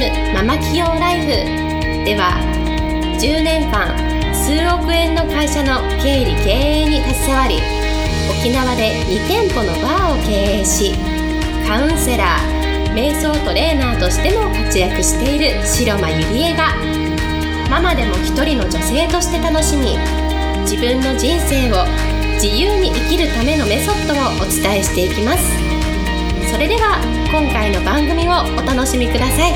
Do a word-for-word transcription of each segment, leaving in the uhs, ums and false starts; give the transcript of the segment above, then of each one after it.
むママ企業ライフでは、じゅうねんかん数億円の会社の経理経営に携わり、沖縄でにてんぽのバーを経営し、カウンセラー、瞑想トレーナーとしても活躍している白間ゆりえが、ママでも一人の女性として楽しみ、自分の人生を自由に生きるためのメソッドをお伝えしていきます。それでは今回の番組をお楽しみください。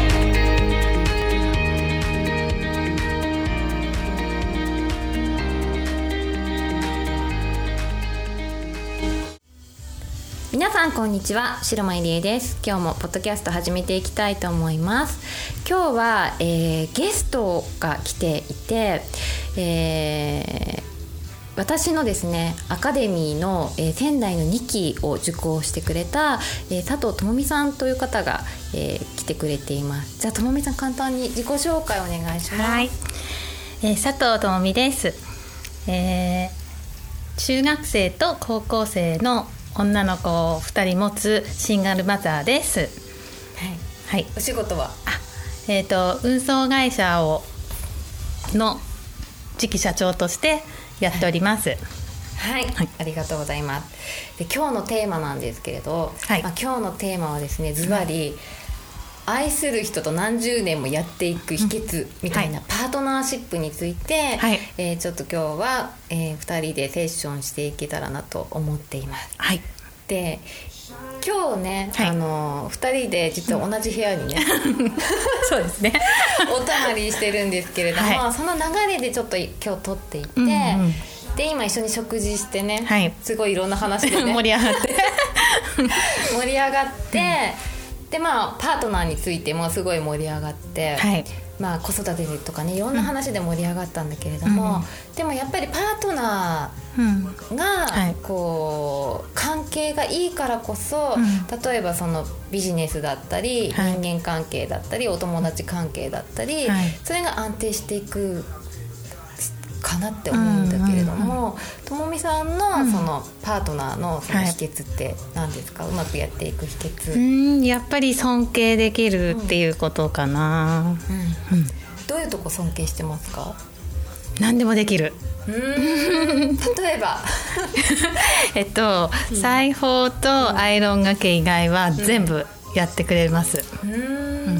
皆さんこんにちは、白間入江です。今日もポッドキャスト始めていきたいと思います。今日は、えー、ゲストが来ていて、えー、私のですねアカデミーの、えー、仙台のにきを受講してくれた、えー、佐藤智美さんという方が、えー、来てくれています。じゃあ智美さん、簡単に自己紹介お願いします。 はい、えー、佐藤智美です。えー、中学生と高校生の女の子をふたり持つシンガルマザーです。はい、 はい、お仕事はあ、えーと、運送会社をの次期社長としてやっております。 はい、はい、ありがとうございます。で、今日のテーマなんですけれど、はい、まあ、今日のテーマはですね、ズバリ、うん、愛する人と何十年もやっていく秘訣みたいなパートナーシップについて、はい、えー、ちょっと今日は、えー、ふたりでセッションしていけたらなと思っています。はい、で今日ね、はい、あのふたりで実は同じ部屋にね、 うん、そうですねお泊まりしてるんですけれども、はい、その流れでちょっと今日撮っていて、うんうん、で今一緒に食事してね、はい、すごいいろんな話でね盛り上がって盛り上がって、うん、でまあパートナーについてもすごい盛り上がって、はい、まあ、子育てとかね、いろんな話で盛り上がったんだけれども、うん、でもやっぱりパートナーがこう関係がいいからこそ、うん、例えばそのビジネスだったり、はい、人間関係だったりお友達関係だったり、はい、それが安定していくかなって思うんだけれども、ともみさんのそのパートナーのその秘訣って何ですか？はい、うまくやっていく秘訣。 うーん、やっぱり尊敬できるっていうことかな。うんうんうん、 どういうとこ尊敬してますか？ 何でもできる。 うーん、例えばえっと、うん、裁縫とアイロンがけ以外は全部やってくれます。 うん、うん、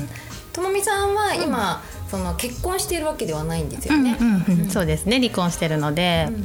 ともみさんは今、うん、その結婚しているわけではないんですよね。うんうんうん、そうですね、離婚してるので、うんうん、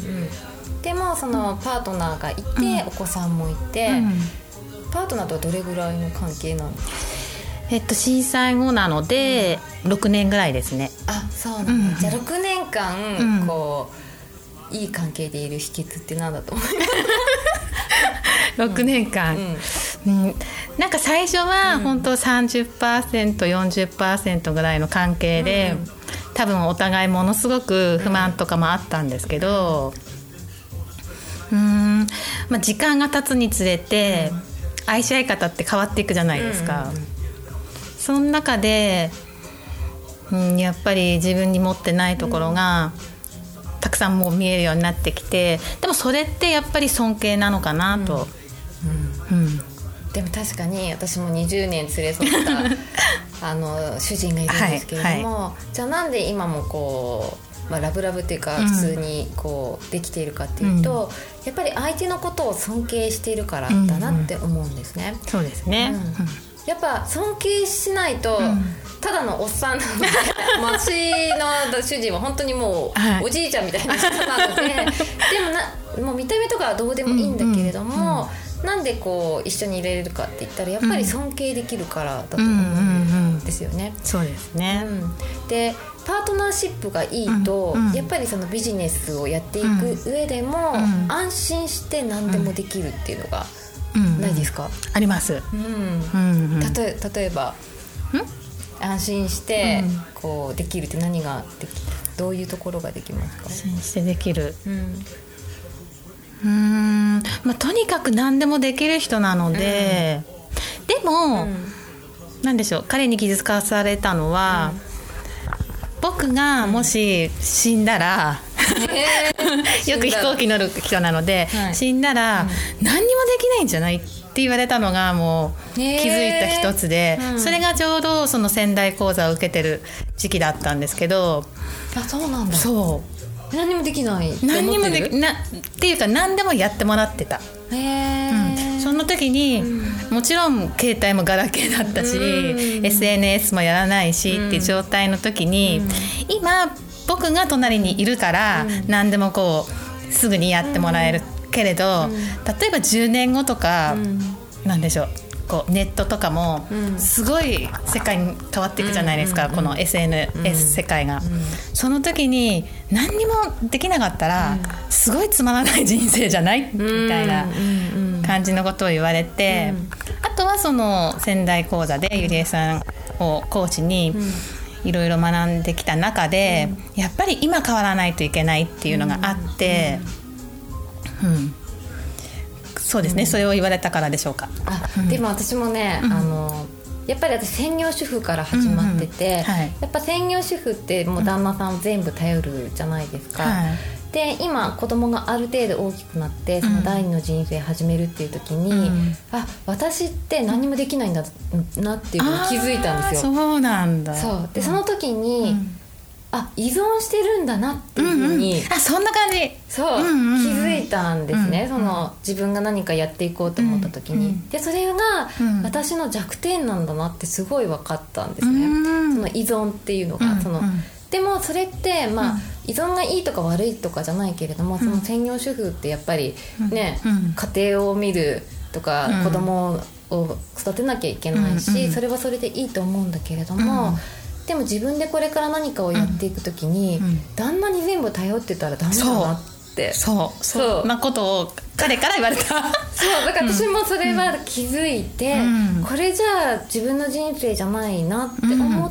でもそのパートナーがいて、うん、お子さんもいて、うん、パートナーとはどれぐらいの関係なんですか？ えっと、震災後なので、うん、ろくねんぐらいですね。 あ、そうなんだ、うん、じゃあろくねんかん、うん、こういい関係でいる秘訣って何だと思いますろくねんかん、うんうん、なんか最初は本当 さんじゅっパーセント、よんじゅっパーセント ぐらいの関係で、うん、多分お互いものすごく不満とかもあったんですけど、うーん、まあ、時間が経つにつれて、うん、愛し合い方って変わっていくじゃないですか。うんうん、その中で、うん、やっぱり自分に持ってないところが、うん、たくさんもう見えるようになってきて、でもそれってやっぱり尊敬なのかなと。うんうんうん、 でも確かに私もにじゅうねん連れ添ったあの主人がいるんですけれども、はいはい、じゃあなんで今もこう、まあ、ラブラブっていうか普通にこうできているかっていうと、うん、やっぱり相手のことを尊敬しているからだなって思うんですね。 うんうん、そうですね。うん、 やっぱ尊敬しないと、うん、ただのおっさんなので私の主人は本当にもう、はい、おじいちゃんみたいな人なのででもなもう見た目とかはどうでもいいんだけれども、うんうんうん、なんでこう一緒にいられるかって言ったらやっぱり尊敬できるからだと思うんですよね。 うんうんうん、そうですね。 うん、でパートナーシップがいいと、うんうん、やっぱりそのビジネスをやっていく上でも、うん、安心して何でもできるっていうのがないですか？ うんうん、あります。うんうんうん、 たとえ、例えば安心してこうできるって何ができどういうところができますか？ 安心してできる、うんうーん、まあ、とにかく何でもできる人なので、うん、でも、うん、なんでしょう、彼に気づかされたのは、うん、僕がもし死んだら、 よく飛行機乗る人なので、はい、死んだら、うん、何にもできないんじゃないって言われたのがもう気づいた一つで、うん、それがちょうどその仙台講座を受けてる時期だったんですけど。 あ、そうなんだ。 そう何にもできないって何にもできなっていうか何でもやってもらってた。 へうん、その時に、うん、もちろん携帯もガラケーだったし、うん、エスエヌエス もやらないし、うん、っていう状態の時に、うん、今僕が隣にいるから、うん、何でもこうすぐにやってもらえるけれど、うん、例えばじゅうねんごとか、うん、なんでしょう、こうネットとかもすごい世界に変わっていくじゃないですか、うん、この エスエヌエス 世界が、うん、その時に何にもできなかったら、うん、すごいつまらない人生じゃない、うん、みたいな感じのことを言われて、うん、あとはその仙台講座でゆりえさんをコーチにいろいろ学んできた中で、うん、やっぱり今変わらないといけないっていうのがあって、うんうん、そうですね、うん、それを言われたからでしょうか。 あ、うん、でも私もね、うん、あのやっぱり私専業主婦から始まってて、うんうん、はい、やっぱ専業主婦ってもう旦那さん全部頼るじゃないですか、うん、はい、で今子供がある程度大きくなってその第二の人生始めるっていう時に、うん、あ、私って何もできないんだなっていうのに気づいたんですよ。 そうなんだ。 そうで、その時に、うん、あ、依存してるんだなっていうふうに、 うんうん、あ、そんな感じ、 そう、うんうんうん、気づいたんですね、うんうん、その自分が何かやっていこうと思った時に、うんうん、でそれが私の弱点なんだなってすごい分かったんですね、うんうん、その依存っていうのが、うんうん、そのでもそれって、まあうん、依存がいいとか悪いとかじゃないけれども、うん、その専業主婦ってやっぱりね、うん、家庭を見るとか、うん、子供を育てなきゃいけないし、うんうん、それはそれでいいと思うんだけれども、うん、でも自分でこれから何かをやっていくときに、うんうん、旦那に全部頼ってたらダメだなって、 そうそうそんなことを彼から言われたそうだから私もそれは気づいて、うん、これじゃあ自分の人生じゃないなって思って、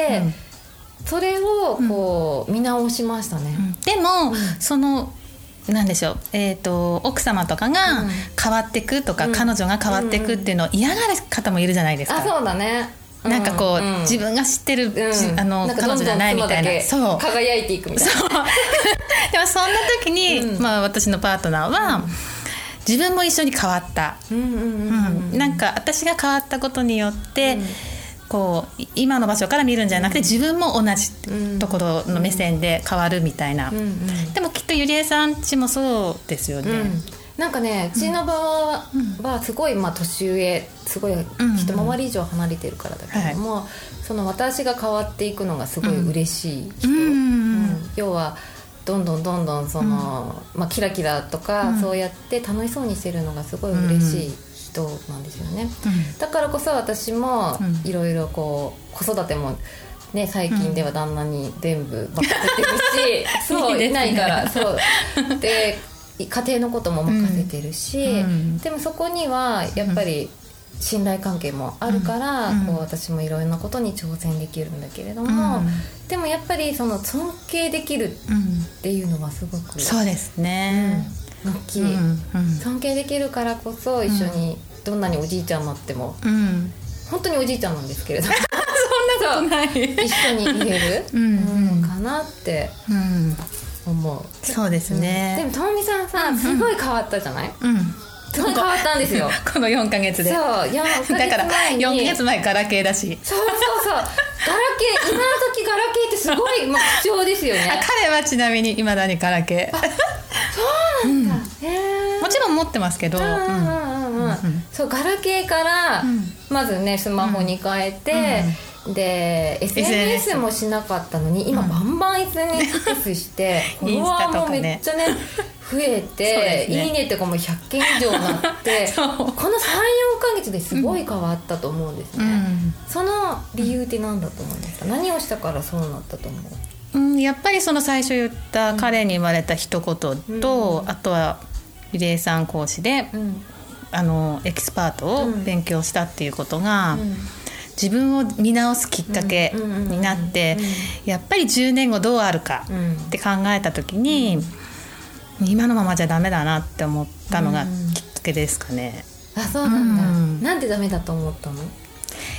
うんうん、それをこう見直しましたね、うん、 でも、うん、そのなんでしょう、えーと、奥様とかが変わっていくとか、うん、彼女が変わっていくっていうのを嫌がる方もいるじゃないですか。 あ、そうだね、 なんかこう、うん、自分が知ってる、うん、あの彼女じゃないみたいな、 そう輝いていくみたいな。そうでもそんな時に、うん、まあ、私のパートナーは、うん、自分も一緒に変わった、うんうんうんうん、なんか私が変わったことによって、うん、こう今の場所から見るんじゃなくて、自分も同じところの目線で変わるみたいな、うんうん、でもきっとゆりえさんちもそうですよね、うん、 なんかね、うちの場は、うん、はすごい、まあ、年上すごい一回り以上離れてるからだけども、うんうん、その私が変わっていくのがすごい嬉しい人、うんうんうん、要はどんどんどんどんその、うん、まあ、キラキラとか、うん、そうやって楽しそうにしてるのがすごい嬉しい人なんですよね、うん、だからこそ私もいろいろこう子育てもね、最近では旦那に全部任せてるし、うん、そういないからそうで家庭のことも任せてるし、うん、でもそこにはやっぱり信頼関係もあるから、うん、こう私もいろんなことに挑戦できるんだけれども、うん、でもやっぱりその尊敬できるっていうのはすごく、 うん、そうですね、 うん、大きい、うんうん、尊敬できるからこそ一緒にどんなにおじいちゃんになっても、うん、本当におじいちゃんなんですけれどもそんなことない一緒にいれるのかなって思う、うん、 そうですね、 うん、でもともみさんさ、すごい変わったじゃない、うん、すごい変わったんですよこのよんかげつで。 そうよんかげつ前にだからよんかげつまえガラケーだし、 そうそうそうガラケー今時ガラケーってすごい貴重ですよねあ、彼はちなみに未だにガラケー。あ、 そうなんだ、うん、へもちろん持ってますけど、うんうんうん、そうガラケーから、うん、まずねスマホに変えて、うん、で エスエヌエス もしなかったのに今バンバン エスエヌエス してフォロワーもめっちゃね増えて、ね、いいねってかもうひゃっけん以上になってこの さんよんかげつですごい変わったと思うんですね、うん、その理由って何だと思いますか？何をしたからそうなったと思う？ うん、やっぱりその最初言った彼に言われた一言と、うん、あとはゆりえさん講師で、うん、あのエキスパートを勉強したっていうことが、うん、自分を見直すきっかけになって、やっぱりじゅうねんごどうあるかって考えた時に、うん、今のままじゃダメだなって思ったのがきっかけですかね、 うん、あ、そうなんだ、うん、なんでダメだと思ったの？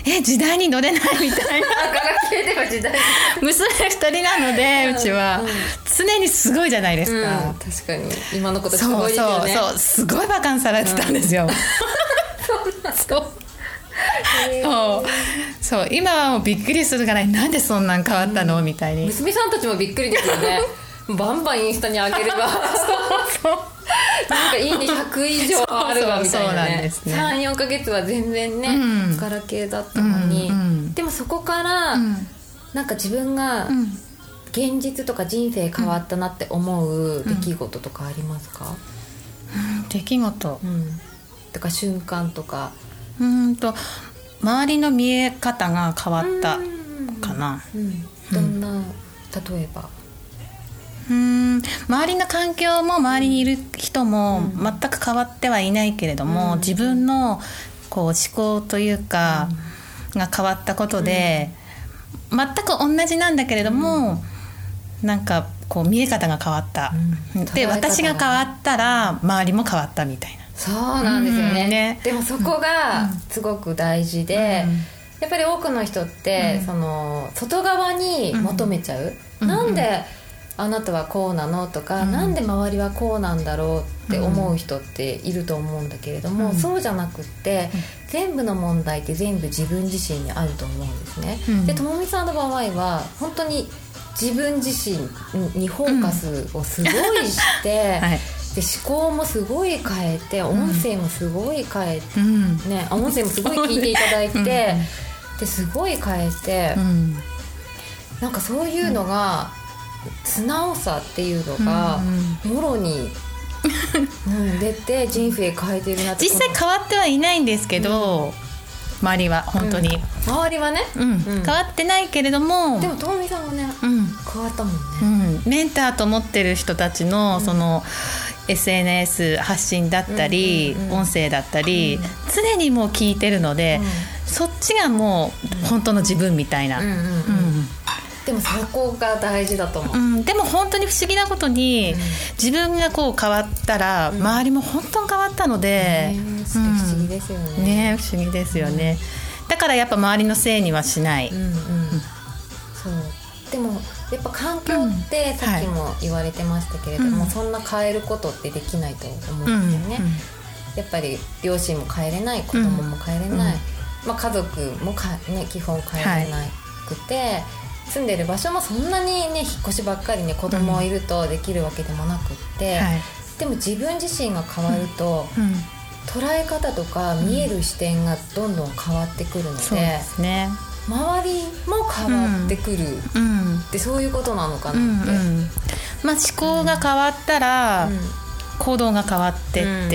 え時代に乗れないみたいな時代娘ふたりなので、うちは、うん、常にすごいじゃないですか、 うん、確かに今の子たちすごいですよね。 そうそうそう、すごいバカンスされてたんですよ、うん、そうそうそう今はもうびっくりするからなんでそんなん変わったの、うん、みたいに。 娘さんたちもびっくりですよねバンバンインスタに上げればそうそうなんかいいねひゃくいじょうあるわみたいなね。さん、よんかげつは全然ね、うん、ガラケーだったのに、うんうん、でもそこから、うん、なんか自分が現実とか人生変わったなって思う出来事とかありますか？ うんうん、出来事、 うん、とか瞬間とか。 うんと周りの見え方が変わったかな、 うんうん、どんな、うん、例えばうーん周りの環境も周りにいる人も全く変わってはいないけれども、うん、自分のこう思考というか、うん、が変わったことで、うん、全く同じなんだけれども、うん、なんかこう見え方が変わった、うん、で私が変わったら周りも変わったみたいな。 そうなんですよね、うん、ね。でもそこがすごく大事で、うん、やっぱり多くの人って、うん、その外側に求めちゃう、うん、なんであなたはこうなのとか、うん、なんで周りはこうなんだろうって思う人っていると思うんだけれども、うん、そうじゃなくって、うん、全部の問題って全部自分自身にあると思うんですね、うん、でともみさんの場合は本当に自分自身にフォーカスをすごいして、うんはい、で思考もすごい変えて音声もすごい変えて、うんね、音声もすごい聞いていただいて、うん、ですごい変えて、うん、なんかそういうのが、うん、素直さっていうのが、うん、もろに、うん、出て人生変えてるなって。 実際変わってはいないんですけど、うん、周りは本当に、 うん、周りはね、 うんうん、変わってないけれども、 でもともみさんはね、うん、変わったもんね、 うん、メンターと思ってる人たちの、うん、そのエスエヌエス 発信だったり、うんうんうん、音声だったり、うん、常にもう聞いてるので、うん、そっちがもう本当の自分みたいな、うんうんうんうん、 でもそこが大事だと思う、 うん、でも本当に不思議なことに、うん、自分がこう変わったら、うん、周りも本当に変わったので、 うん、不思議ですよね、うん、 ね不思議ですよね、うん、だからやっぱ周りのせいにはしない、うんうんうん、 そうでもやっぱ環境ってさっきも言われてましたけれども、うんはい、そんな変えることってできないと思うんですよね、うんうん、やっぱり両親も変えれない、子供も変えれない、うんまあ、家族もか、ね、基本変えれなくて、はい、住んでる場所もそんなにね引っ越しばっかりね子供いるとできるわけでもなくって、うんはい、でも自分自身が変わると、うんうん、捉え方とか見える視点がどんどん変わってくるので、うん、そうですね、周りも変わってくる、うんうん、ってそういうことなのかなって、うんうんまあ、思考が変わったら、うん、行動が変わってって、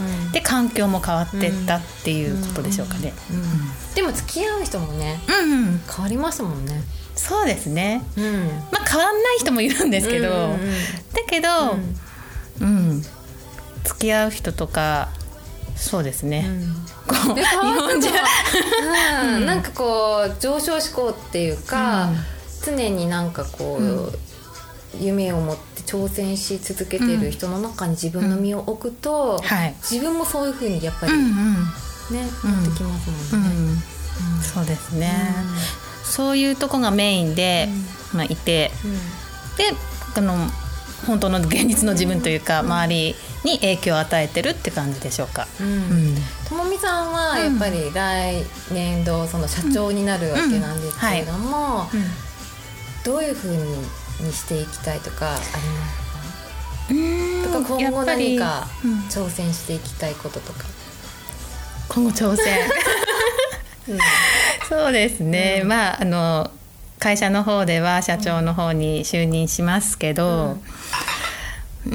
うんうん、で環境も変わってったっていうことでしょうかね、うんうんうん、 でも付き合う人もね、うんうん、変わりますもんね。 そうですね、うんまあ、変わんない人もいるんですけど、うんうんうん、だけど、うんうん、付き合う人とかそうですね、うん、こう日本じゃ、 うん、なんかこう上昇志向っていうか、うん、常になんかこう、うん、夢を持って挑戦し続けてる人の中に自分の身を置くと、うんはい、自分もそういう風にやっぱり、うんうんね、なってきますもんね、うんうん、 そうですね、うん、そういうとこがメインで、うんまあ、いて、うん、であの本当の現実の自分というか、うん、周りに影響を与えてるって感じでしょうか。 ともみさんはやっぱり来年度その社長になるわけなんですけれども、うんうんはい、どういう風にしていきたいとかありますか？うんとか今後何か挑戦していきたいこととか、 今後挑戦、うん、そうですね、うん、まああの会社の方では社長の方に就任しますけど、うん、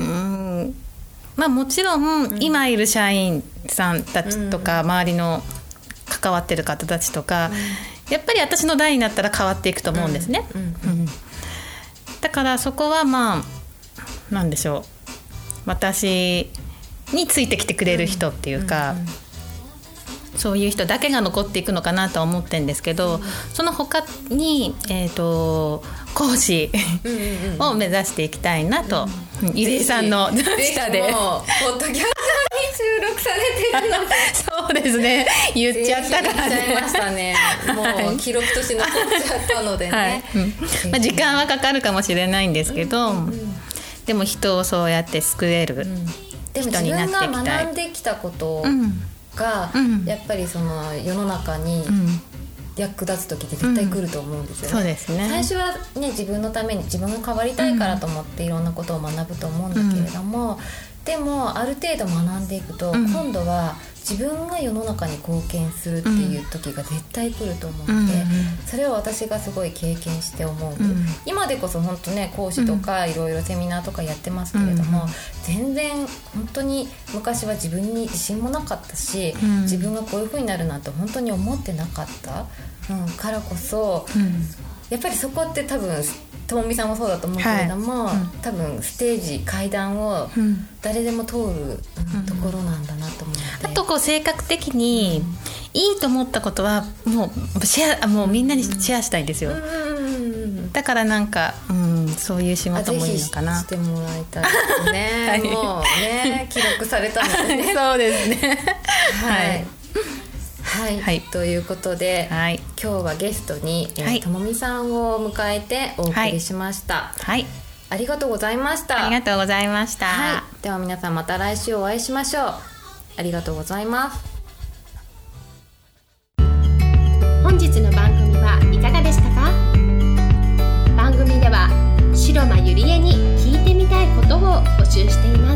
うんまあ、もちろん今いる社員さんたちとか周りの関わってる方たちとか、うん、やっぱり私の代になったら変わっていくと思うんですね、うんうんうん、だからそこはまあなんでしょう、私についてきてくれる人っていうか、うんうんうんそういう人だけが残っていくのかなとは思ってるんですけど、うん、その他に、えーと、講師を目指していきたいなと、うんうん、入江さんの下でポッドキャストに収録されてるのでそうですね、言っちゃったからね。 言っちゃいましたね。もう記録として残っちゃったのでね、はい、 うんまあ、時間はかかるかもしれないんですけど、うんうん、でも人をそうやって救える人になっていきたい、うん、でも自分が学んできたことが、うん、やっぱりその世の中に役立つ時って絶対来ると思うんですよね、うん、そうですね。最初はね、自分のために自分が変わりたいからと思っていろんなことを学ぶと思うんだけれども、うん、でもある程度学んでいくと、うん、今度は自分が世の中に貢献するっていう時が絶対来ると思うので、うん、それを私がすごい経験して思う、うん、今でこそ本当ね、講師とかいろいろセミナーとかやってますけれども、うん、全然本当に昔は自分に自信もなかったし、うん、自分がこういう風になるなんて本当に思ってなかった、うん、からこそ、うん、やっぱりそこって多分ともみさんもそうだと思うけれども、はいうん、多分ステージ階段を誰でも通る、うん、ところなんだなと思って、あとこう性格的に、うん、いいと思ったことはもうシェア、もうみんなにシェアしたいんですよ、うん、だからなんか、うん、そういう仕事もいいのかな。 ぜひしてもらいたいですね、はい、もうね記録されたのでねそうですねはい、はいはい、ということで、はい、今日はゲストに、えーはい、ともみさんを迎えてお送りしました、はい、ありがとうございました。 ありがとうございました、 はい、では皆さんまた来週お会いしましょう。ありがとうございます。 本日の番組はいかがでしたか？番組では白間ゆりえに聞いてみたいことを募集しています。